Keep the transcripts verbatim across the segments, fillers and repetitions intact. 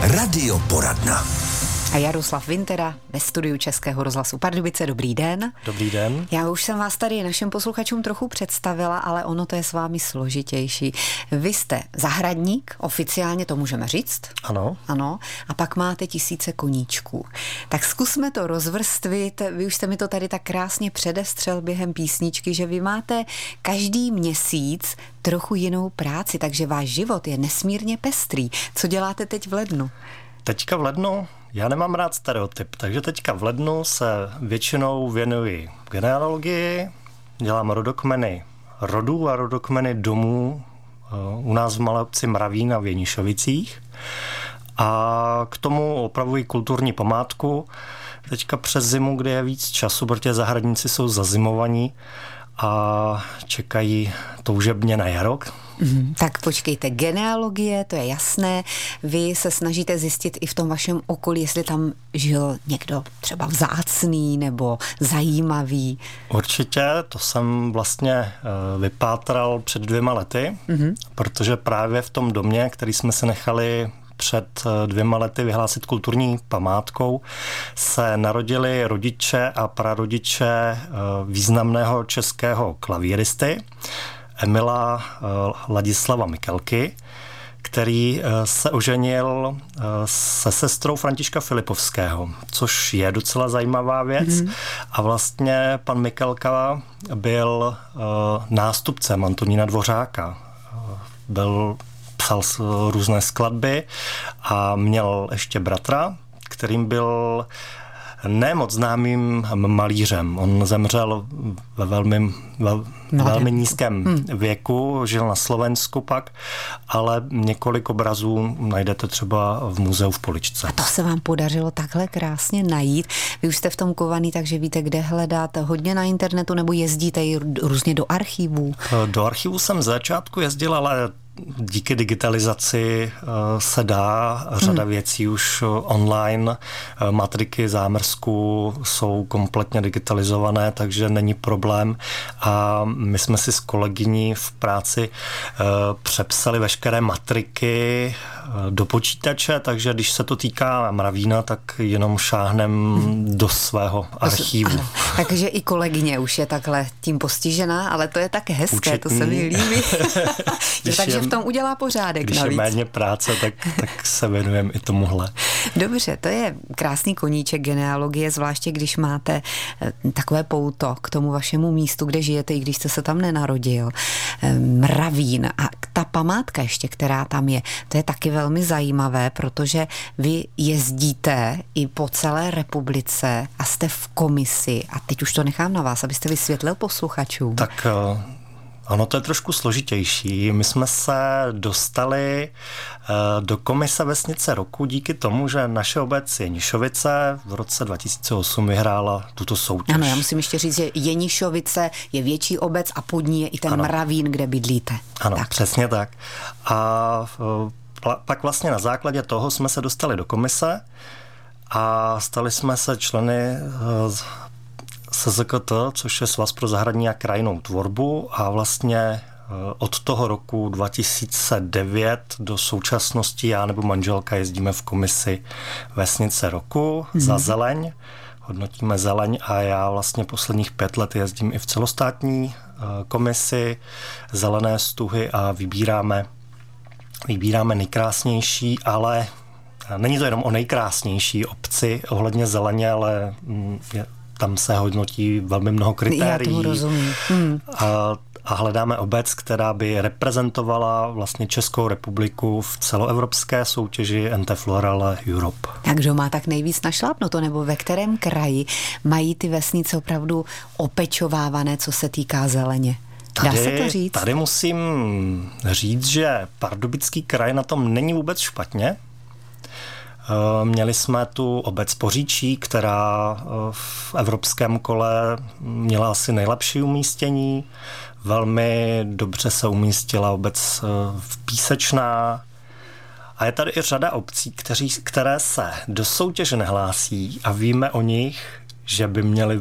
Radioporadna. A Jaroslav Vintera ve studiu Českého rozhlasu Pardubice. Dobrý den. Dobrý den. Já už jsem vás tady našim posluchačům trochu představila, ale ono to je s vámi složitější. Vy jste zahradník, oficiálně to můžeme říct. Ano. Ano. A pak máte tisíce koníčků. Tak zkusme to rozvrstvit. Vy už jste mi to tady tak krásně předestřel během písničky, že vy máte každý měsíc trochu jinou práci, takže váš život je nesmírně pestrý. Co děláte teď v lednu? Teďka v lednu? Já nemám rád stereotyp, takže teďka v lednu se většinou věnuji genealogii, dělám rodokmeny rodů a rodokmeny domů u nás v malé obci Mravín a v Jenišovicích. A k tomu opravuji kulturní památku. Teďka přes zimu, kdy je víc času, protože zahradníci jsou zazimovaní a čekají toužebně na jaro. Mm, tak počkejte, genealogie, to je jasné. Vy se snažíte zjistit i v tom vašem okolí, jestli tam žil někdo třeba vzácný nebo zajímavý. Určitě, to jsem vlastně vypátral před dvěma lety, mm-hmm. protože právě v tom domě, který jsme si nechali před dvěma lety vyhlásit kulturní památkou, se narodili rodiče a prarodiče významného českého klavíristy Emila Ladislava Mikelky, který se oženil se sestrou Františka Filipovského, což je docela zajímavá věc. Mm-hmm. A vlastně pan Mikelka byl nástupcem Antonína Dvořáka. Byl psal různé skladby a měl ještě bratra, kterým byl nemoc známým malířem. On zemřel ve velmi, ve, velmi nízkém hmm. věku, žil na Slovensku pak, ale několik obrazů najdete třeba v muzeu v Poličce. A to se vám podařilo takhle krásně najít. Vy už jste v tom kovaný, takže víte, kde hledat, hodně na internetu, nebo jezdíte různě do archívů? Do archivu jsem z začátku jezdil, ale díky digitalizaci se dá řada hmm. věcí už online. Matriky zámrsku jsou kompletně digitalizované, takže není problém. A my jsme si s kolegyní v práci přepsali veškeré matriky do počítače, takže když se to týká Mravína, tak jenom šáhnem hmm. do svého archivu. Ano. Takže i kolegyně už je takhle tím postižená, ale to je tak hezké, Učetní. To se mi líbí. Takže v tom udělá pořádek Když navíc. je méně práce, tak, tak se věnujeme i tomuhle. Dobře, to je krásný koníček genealogie, zvláště když máte takové pouto k tomu vašemu místu, kde žijete, i když jste se tam nenarodil. Mravín a ta památka ještě, která tam je, to je taky velmi zajímavé, protože vy jezdíte i po celé republice a jste v komisi a teď už to nechám na vás, abyste vysvětlil posluchačům. Tak ono to je trošku složitější. My jsme se dostali do komise Vesnice roku díky tomu, že naše obec Jenišovice v roce dva tisíce osm vyhrála tuto soutěž. Ano, já musím ještě říct, že Jenišovice je větší obec a pod ní je i ten ano. Mravín, kde bydlíte. Ano, tak. Přesně tak. A pak vlastně na základě toho jsme se dostali do komise a stali jsme se členy S Z K T, což je Svaz pro zahradní a krajinnou tvorbu, a vlastně od toho roku dva tisíce devět do současnosti já nebo manželka jezdíme v komisi Vesnice roku mm. za zeleň, hodnotíme zeleň a já vlastně posledních pět let jezdím i v celostátní komisi zelené stuhy a vybíráme, vybíráme nejkrásnější, ale není to jenom o nejkrásnější obci ohledně zeleně, ale je, tam se hodnotí velmi mnoho kritérií. Já tomu rozumím. Hmm. A, a hledáme obec, která by reprezentovala vlastně Českou republiku v celoevropské soutěži Ente Florale Europe. A kdo má tak nejvíc našlápnuto, nebo ve kterém kraji mají ty vesnice opravdu opečovávané, co se týká zeleně? Dá Tady, se to říct? Tady musím říct, že Pardubický kraj na tom není vůbec špatně. Měli jsme tu obec Poříčí, která v evropském kole měla asi nejlepší umístění. Velmi dobře se umístila obec v Písečná. A je tady i řada obcí, kteří, které se do soutěže nehlásí a víme o nich, že by měli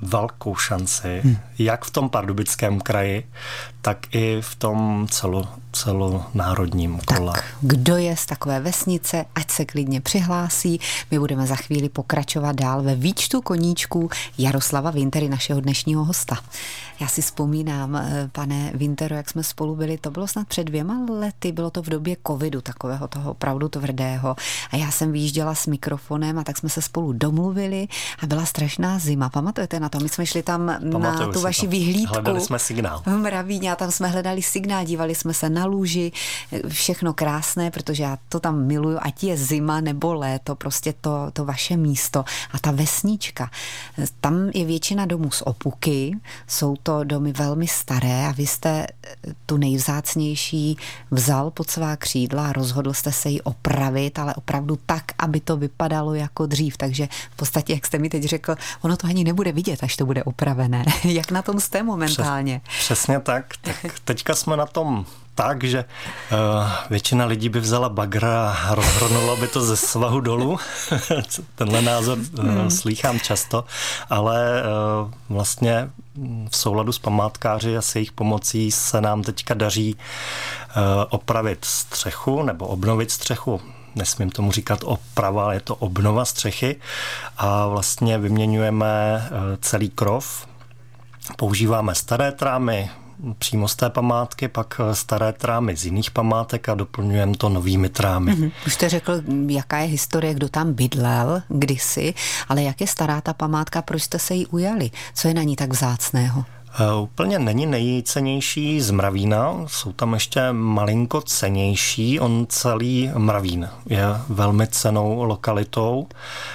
velkou šanci, hmm. jak v tom Pardubickém kraji, tak i v tom celo, celonárodním kole. Tak, kdo je z takové vesnice, ať se klidně přihlásí. My budeme za chvíli pokračovat dál ve výčtu koníčků Jaroslava Wintery, našeho dnešního hosta. Já si vzpomínám, pane Wintero, jak jsme spolu byli, to bylo snad před dvěma lety, bylo to v době covidu, takového toho opravdu tvrdého. A já jsem vyjížděla s mikrofonem a tak jsme se spolu domluvili a byla strašná zima. Pamatujete na to? My jsme šli tam Pamatuju na tu vaši to. vyhlídku. Hledali jsme signál. V Mravíně a tam jsme hledali signál, dívali jsme se na lůži, všechno krásné, protože já to tam miluju, ať je zima nebo léto, prostě to, to vaše místo. A ta vesnička, tam je většina domů z opuky, jsou to domy velmi staré a vy jste tu nejvzácnější vzal pod svá křídla a rozhodl jste se ji opravit, ale opravdu tak, aby to vypadalo jako dřív. Takže v podstatě, jak jste mi teď řekl, ono to ani nebude vidět, až to bude opravené. Jak na tom jste momentálně? Přes, přesně tak. tak. Teďka jsme na tom tak, že uh, většina lidí by vzala bagra a rozhrnula by to ze svahu dolů. Tenhle názor uh, hmm. slýchám často, ale uh, vlastně v souladu s památkáři a s jejich pomocí se nám teďka daří uh, opravit střechu nebo obnovit střechu. Nesmím tomu říkat oprava, je to obnova střechy a vlastně vyměňujeme uh, celý krov. Používáme staré trámy přímo z té památky, pak staré trámy z jiných památek a doplňujeme to novými trámy. Mm-hmm. Už jste řekl, jaká je historie, kdo tam bydlel kdysi, ale jak je stará ta památka, proč jste se jí ujali? Co je na ní tak vzácného? Uh, úplně není nejcennější z Mravína, jsou tam ještě malinko cennější, on celý Mravín je velmi cennou lokalitou.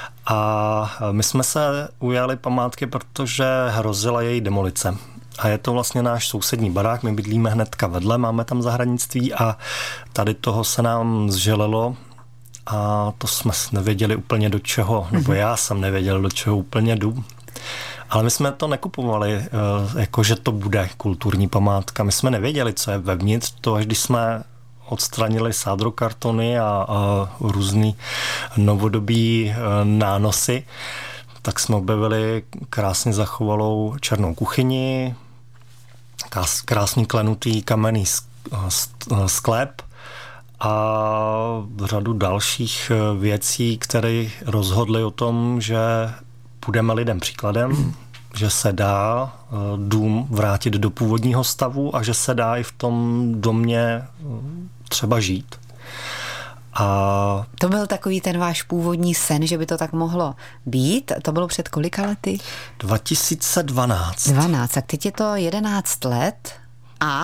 A my jsme se ujali památky, protože hrozila její demolice. A je to vlastně náš sousední barák, my bydlíme hnedka vedle, máme tam zahradnictví a tady toho se nám zželelo a to jsme nevěděli úplně do čeho, nebo já jsem nevěděl, do čeho úplně jdu. Ale my jsme to nekupovali, jako že to bude kulturní památka. My jsme nevěděli, co je vevnitř, to až když jsme odstranili sádrokartony a, a různý novodobí nánosy, tak jsme objevili krásně zachovalou černou kuchyni, krásný klenutý kamenný sklep a řadu dalších věcí, které rozhodly o tom, že půjdeme lidem příkladem, mm. že se dá dům vrátit do původního stavu a že se dá i v tom domě třeba žít. A to byl takový ten váš původní sen, že by to tak mohlo být? To bylo před kolika lety? dva tisíce dvanáct. dvanáct, tak teď je to jedenáct let a?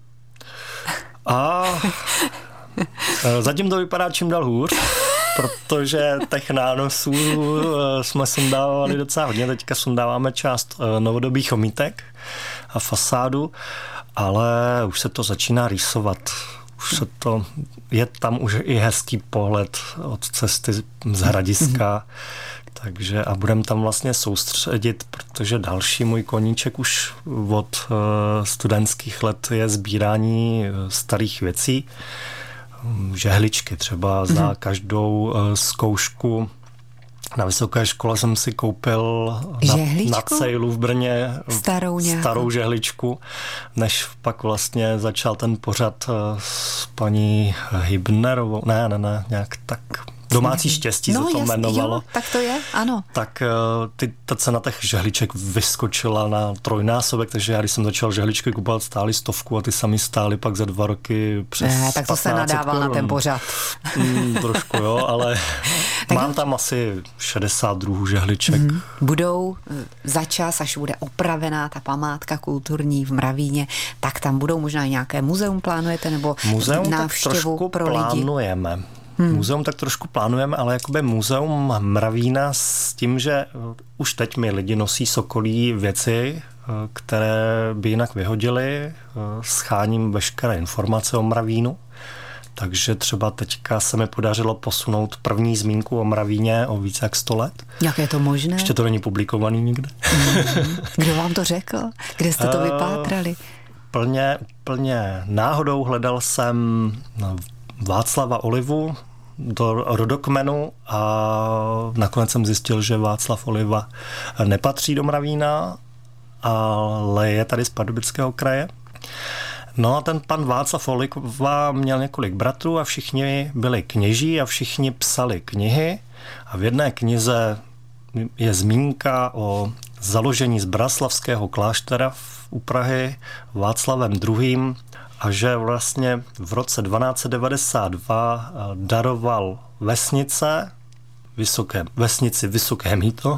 A zatím to vypadá čím dál hůř, protože těch nánosů jsme sundávali docela hodně. Teďka sundáváme část novodobých omítek a fasádu, ale už se to začíná rýsovat. Už se to, je tam už i hezký pohled od cesty z Hradiska, takže a budeme tam vlastně soustředit, protože další můj koníček už od studentských let je sbírání starých věcí. Žehličky třeba za každou zkoušku. Na vysoké škole jsem si koupil na, na Cejlu v Brně starou, starou žehličku, než pak vlastně začal ten pořad s paní Hybnerovou. Ne, ne, ne, nějak tak Domácí štěstí no, se to jasný, jmenovalo. Jo, tak to je, ano. Tak ty, ta cena těch žehliček vyskočila na trojnásobek, takže já když jsem začal žehličky kupovat, stály stovku a ty sami stály pak za dva roky přes ne, tak to se nadával korun. Na ten pořad. Mm, trošku jo, ale mám tam asi šedesát druhů žehliček. Mm, budou za čas, až bude opravená ta památka kulturní v Mravíně, tak tam budou možná nějaké muzeum plánujete, nebo muzeum návštěvu pro lidi? Plánujeme. Hmm. Muzeum tak trošku plánujeme, ale jakoby muzeum Mravína s tím, že už teď mi lidi nosí sokolí věci, které by jinak vyhodili, scháním veškeré informace o Mravínu. Takže třeba teďka se mi podařilo posunout první zmínku o Mravíně o více jak sto let. Jak je to možné? Ještě to není publikovaný nikde. Hmm. Kdo vám to řekl? Kde jste to vypátrali? Plně, plně náhodou hledal jsem Václava Olivu do rodokmenu a nakonec jsem zjistil, že Václav Oliva nepatří do Mravína, ale je tady z Pardubického kraje. No a ten pan Václav Oliva měl několik bratrů a všichni byli kněží a všichni psali knihy a v jedné knize je zmínka o založení Zbraslavského kláštera u Prahy Václavem druhým. A že vlastně v roce dvanáct set devadesát dva daroval vesnice, vysoké, vesnici Vysoké Mýto,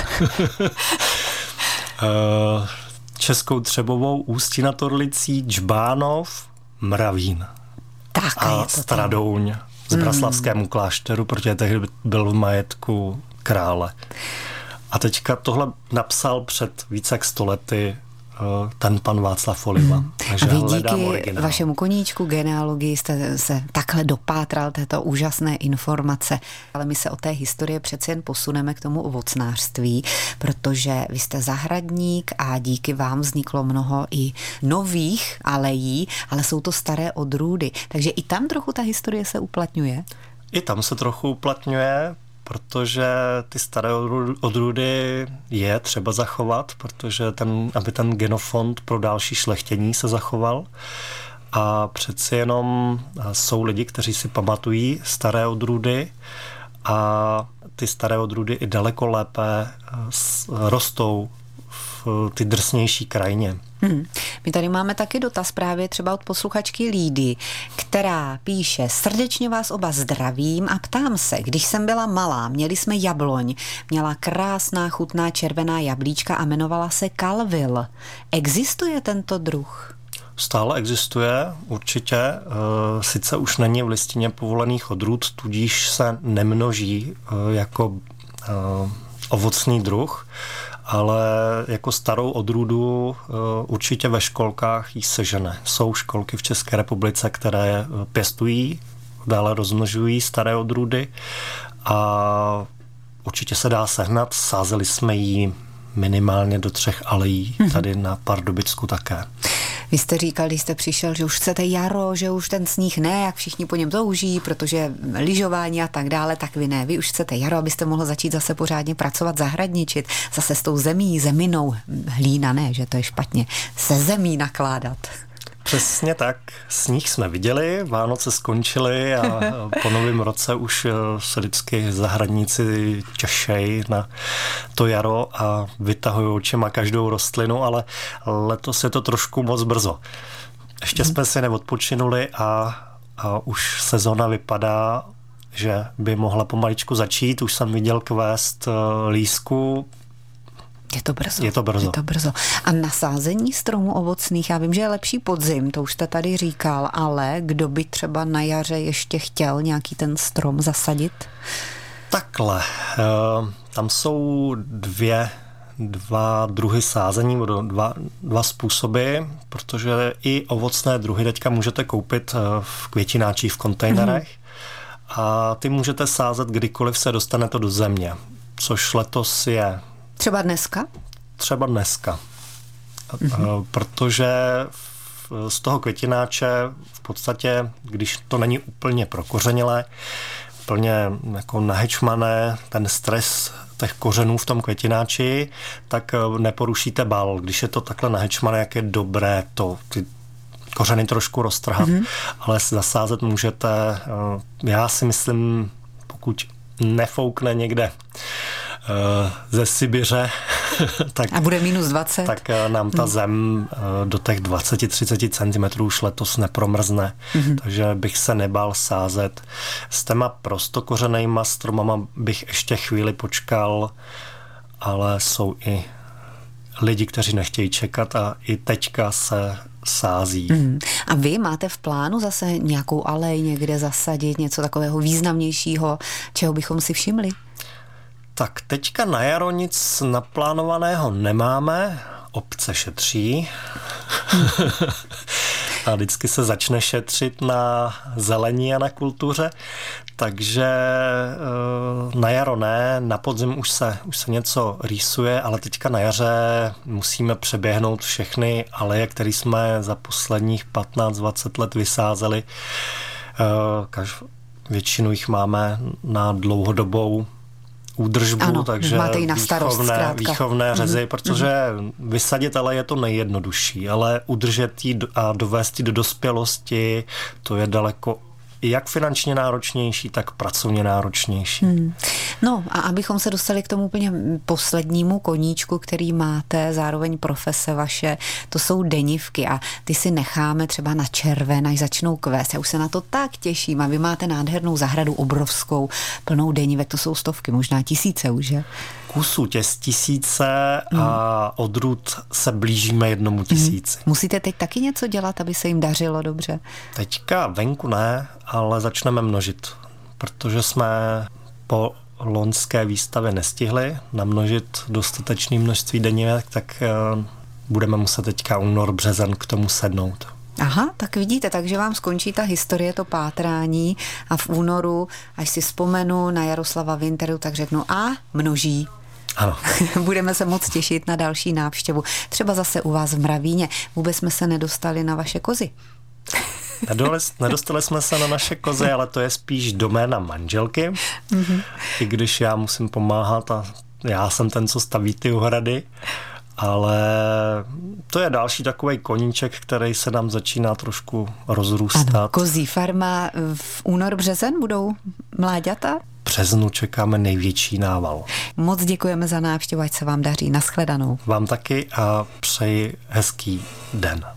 Českou Třebovou, Ústí nad Orlicí, Džbánov, Mravín tak, a Stradouň Zbraslavskému klášteru, protože tehdy byl v majetku krále. A teďka tohle napsal před více jak sto lety ten pan Václav Oliva. Mm. Takže a vy díky originál. Vašemu koníčku genealogii jste se takhle dopátral této úžasné informace. Ale my se od té historie přeci jen posuneme k tomu ovocnářství, protože vy jste zahradník a díky vám vzniklo mnoho i nových alejí, ale jsou to staré odrůdy. Takže i tam trochu ta historie se uplatňuje? I tam se trochu uplatňuje, protože ty staré odrůdy je třeba zachovat, protože ten, aby ten genofond pro další šlechtění se zachoval. A přeci jenom jsou lidi, kteří si pamatují staré odrůdy a ty staré odrůdy i daleko lépe rostou v ty drsnější krajině. Hmm. My tady máme taky dotaz právě třeba od posluchačky Lídy, která píše: srdečně vás oba zdravím a ptám se, když jsem byla malá, měli jsme jabloň, měla krásná chutná červená jablíčka a jmenovala se Kalvil. Existuje tento druh? Stále existuje, určitě. Sice už není v listině povolených odrůd, tudíž se nemnoží jako ovocný druh, ale jako starou odrůdu určitě ve školkách jí sežene. Jsou školky v České republice, které pěstují, dále rozmnožují staré odrůdy a určitě se dá sehnat. Sázeli jsme ji minimálně do třech alejí, tady na Pardubicku také. Vy jste říkal, když jste přišel, že už chcete jaro, že už ten sníh ne, jak všichni po něm touží, protože lyžování a tak dále, tak vy ne. Vy už chcete jaro, abyste mohl začít zase pořádně pracovat, zahradničit, zase s tou zemí, zeminou, hlína ne, že to je špatně, se zemí nakládat. Přesně tak. Sníh jsme viděli, Vánoce skončily a po novém roce už se vždycky zahradníci těšejí na to jaro a vytahují očima každou rostlinu, ale letos je to trošku moc brzo. Ještě jsme si neodpočinuli a, a už sezona vypadá, že by mohla pomaličku začít. Už jsem viděl kvést lísku. Je to brzo. Je to brzo. Je to brzo. A nasázení stromů ovocných, já vím, že je lepší podzim, to už jste tady říkal, ale kdo by třeba na jaře ještě chtěl nějaký ten strom zasadit? Takhle. Tam jsou dvě, dva druhy sázení, dva, dva způsoby, protože i ovocné druhy teďka můžete koupit v květináčích v kontejnerech mm. a ty můžete sázet kdykoliv se dostanete do země, což letos je Třeba dneska? Třeba dneska. Mm-hmm. Protože z toho květináče v podstatě, když to není úplně prokořenilé, úplně jako nahečmané, ten stres těch kořenů v tom květináči, tak neporušíte bál. Když je to takhle nahečmané, jak je dobré to ty kořeny trošku roztrhat, mm-hmm. ale zasázet můžete, já si myslím, pokud nefoukne někde ze Sibiře, tak, a bude minus dvacet? Tak nám ta zem do těch dvacet až třicet centimetrů už letos nepromrzne, mm-hmm. takže bych se nebál sázet. S těma prostokořenejma stromama bych ještě chvíli počkal, ale jsou i lidi, kteří nechtějí čekat a i teďka se sází. Mm. A vy máte v plánu zase nějakou alej někde zasadit, něco takového významnějšího, čeho bychom si všimli? Tak teďka na jaro nic naplánovaného nemáme, obce šetří a vždycky se začne šetřit na zelení a na kultuře, takže na jaro ne, na podzim už se, už se něco rýsuje, ale teďka na jaře musíme přeběhnout všechny aleje, které jsme za posledních patnáct dvacet let vysázeli. Většinu jich máme na dlouhodobou údržbu, ano, takže máte i na starost, výchovné, výchovné řezy, mm-hmm. protože mm-hmm. vysadit ale je to nejjednodušší, ale udržet ji a dovést ji do dospělosti, to je daleko jak finančně náročnější, tak pracovně náročnější. Hmm. No a abychom se dostali k tomu úplně poslednímu koníčku, který máte, zároveň profese vaše, to jsou denivky a ty si necháme třeba na červen, až začnou kvést. Já už se na to tak těším a vy máte nádhernou zahradu obrovskou, plnou denivek, to jsou stovky, možná tisíce už, že? Kusů těs tisíce a odrůd se blížíme jednomu tisíci. Hmm. Musíte teď taky něco dělat, aby se jim dařilo dobře? Teďka venku ne, ale začneme množit, protože jsme po loňské výstavě nestihli namnožit dostatečné množství denivek, tak budeme muset teďka únor, březen k tomu sednout. Aha, tak vidíte, takže vám skončí ta historie, to pátrání a v únoru, až si vzpomenu na Jaroslava Winteru, tak řeknu a množí. Ano. Budeme se moc těšit na další návštěvu. Třeba zase u vás v Mravíně. Vůbec jsme se nedostali na vaše kozy. Nedostali jsme se na naše kozy, ale to je spíš doména manželky. Mm-hmm. I když já musím pomáhat a já jsem ten, co staví ty uhrady. Ale to je další takovej koníček, který se nám začíná trošku rozrůstat. Ano, kozí farma v únor, březen budou mláďata? V březnu čekáme největší nával. Moc děkujeme za návštěvu, ať se vám daří. Nashledanou. Vám taky a přeji hezký den.